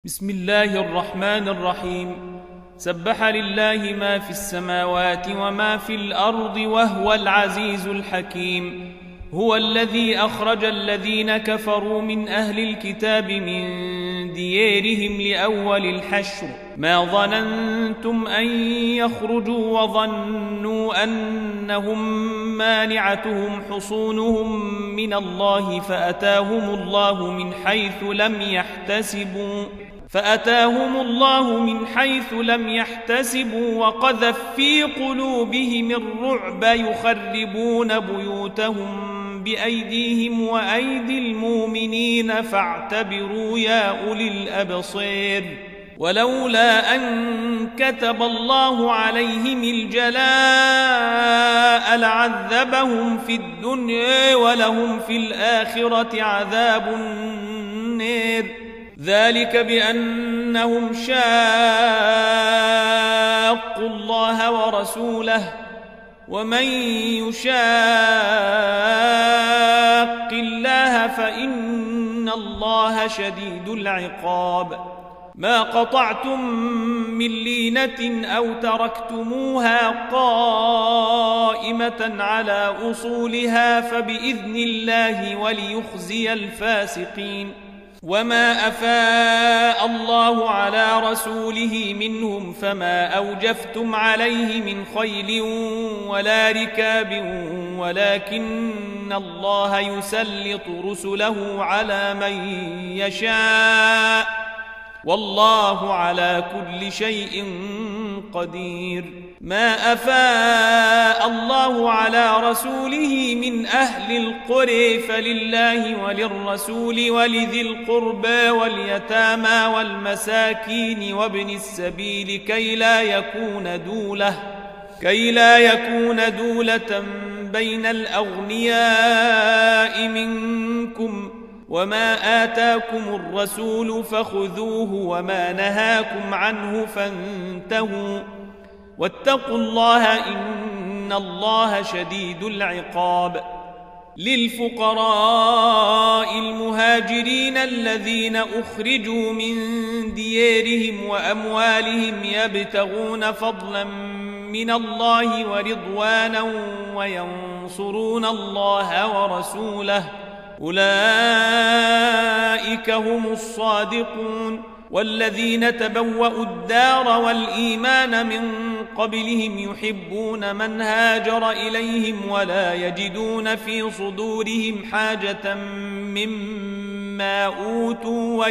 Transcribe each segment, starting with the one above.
بسم الله الرحمن الرحيم. سبح لله ما في السماوات وما في الأرض وهو العزيز الحكيم. هو الذي أخرج الذين كفروا من أهل الكتاب من ديارهم لأول الحشر ما ظننتم أن يخرجوا وظنوا أنهم مانعتهم حصونهم من الله فأتاهم الله من حيث لم يحتسبوا وقذف في قلوبهم الرعب يخربون بيوتهم بأيديهم وأيدي المؤمنين فاعتبروا يا أولي الأبصير. ولولا أن كتب الله عليهم الجلاء لعذبهم في الدنيا ولهم في الآخرة عذاب النار. ذلك بأنهم شاقوا الله ورسوله ومن يشاق الله فإن الله شديد العقاب. ما قطعتم من لينة أو تركتموها قائمة على أصولها فبإذن الله وليخزي الفاسقين. وما أفاء الله على رسوله منهم فما أوجفتم عليه من خيل ولا ركاب ولكن الله يسلط رسله على من يشاء والله على كل شيء قدير. ما أفاء الله على رسوله من أهل القرى فلله وللرسول ولذي القربى واليتامى والمساكين وابن السبيل كي لا يكون دولة بين الأغنياء منكم. وما آتاكم الرسول فخذوه وما نهاكم عنه فانتهوا واتقوا الله إن الله شديد العقاب. للفقراء المهاجرين الذين أخرجوا من ديارهم وأموالهم يبتغون فضلا من الله ورضوانا وينصرون الله ورسوله أولئك هم الصادقون. والذين تبوأوا الدار والإيمان من قبلهم يحبون من هاجر إليهم ولا يجدون في صدورهم حاجة مما أوتوا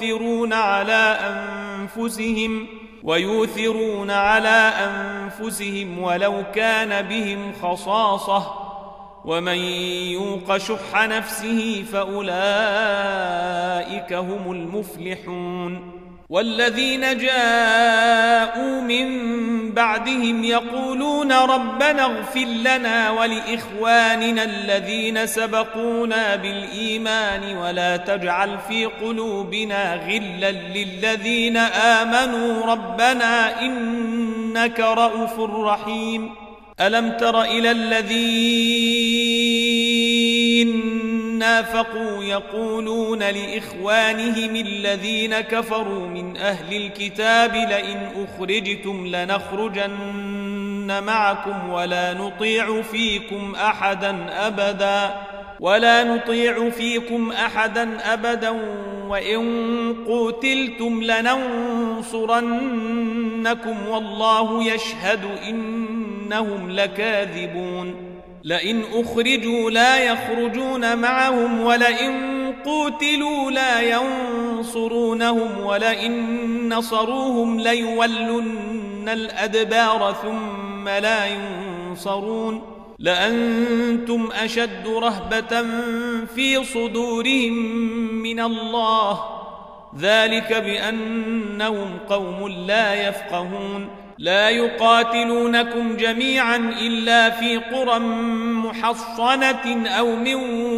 ويؤثرون على أنفسهم ولو كان بهم خصاصة ومن يوق شح نفسه فأولئك هم المفلحون. والذين جاءوا من بعدهم يقولون ربنا اغفر لنا ولإخواننا الذين سبقونا بالإيمان ولا تجعل في قلوبنا غلا للذين آمنوا ربنا إنك رؤوف رحيم. ألم تر إلى الذين نافقوا يقولون لإخوانهم الذين كفروا من أهل الكتاب لئن أخرجتم لنخرجن معكم ولا نطيع فيكم أحدا أبدا وإن قتلتم لننصرنكم والله يشهد إنهم لكاذبون. لئن أخرجوا لا يخرجون معهم ولئن قتلوا لا ينصرونهم ولئن نصروهم ليولن الأدبار ثم لا ينصرون. لأنتم أشد رهبة في صدورهم من الله ذلك بأنهم قوم لا يفقهون. لا يقاتلونكم جميعا إلا في قرى محصنة أو من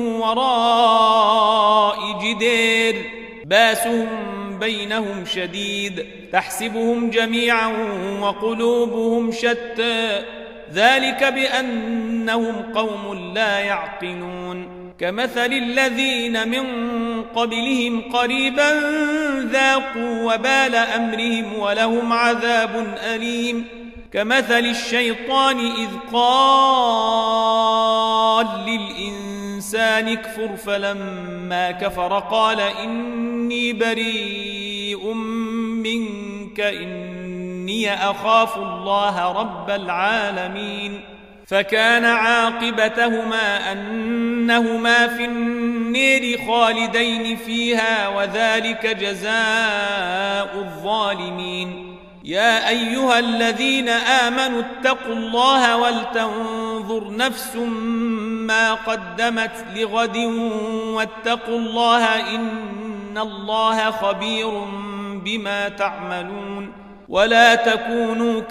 وراء جدار باسهم بينهم شديد تحسبهم جميعا وقلوبهم شتى ذلك بأنهم قوم لا يعقلون. كمثل الذين من قبلهم قريبا ذاقوا وبال أمرهم ولهم عذاب أليم كمثل الشيطان إذ قال للإنسان اكفر فلما كفر قال إني بريء منك إني أخاف الله رب العالمين فكان عاقبتهما أنهما في النار خالدين فيها وذلك جزاء الظالمين يا أيها الذين آمنوا اتقوا الله ولتنظر نفس ما قدمت لغد واتقوا الله إن الله خبير بما تعملون ولا تكونوا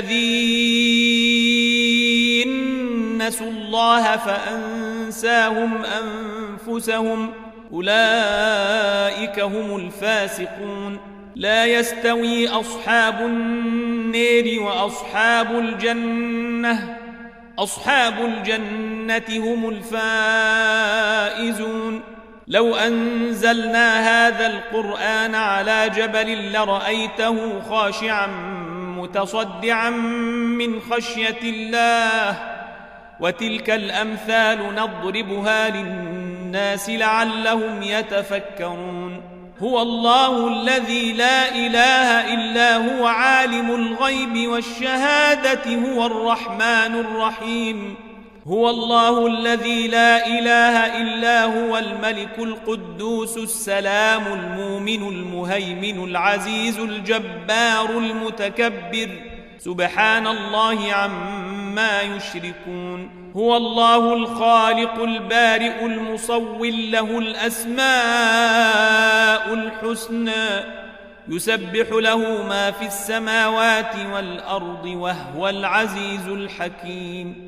كالذين نسوا الله فأنساهم أنفسهم أولئك هم الفاسقون لا يستوي أصحاب النار وأصحاب الجنة هم الفائزون لو أنزلنا هذا القرآن على جبل لرأيته خاشعا متصدعا من خشية الله وتلك الأمثال نضربها للناس لعلهم يتفكرون هو الله الذي لا إله إلا هو عالم الغيب والشهادة هو الرحمن الرحيم هو الله الذي لا إله إلا هو الملك القدوس السلام المؤمن المهيمن العزيز الجبار المتكبر سبحان الله عما يشركون هو الله الخالق البارئ المصور له الأسماء الحسنى يسبح له ما في السماوات والأرض وهو العزيز الحكيم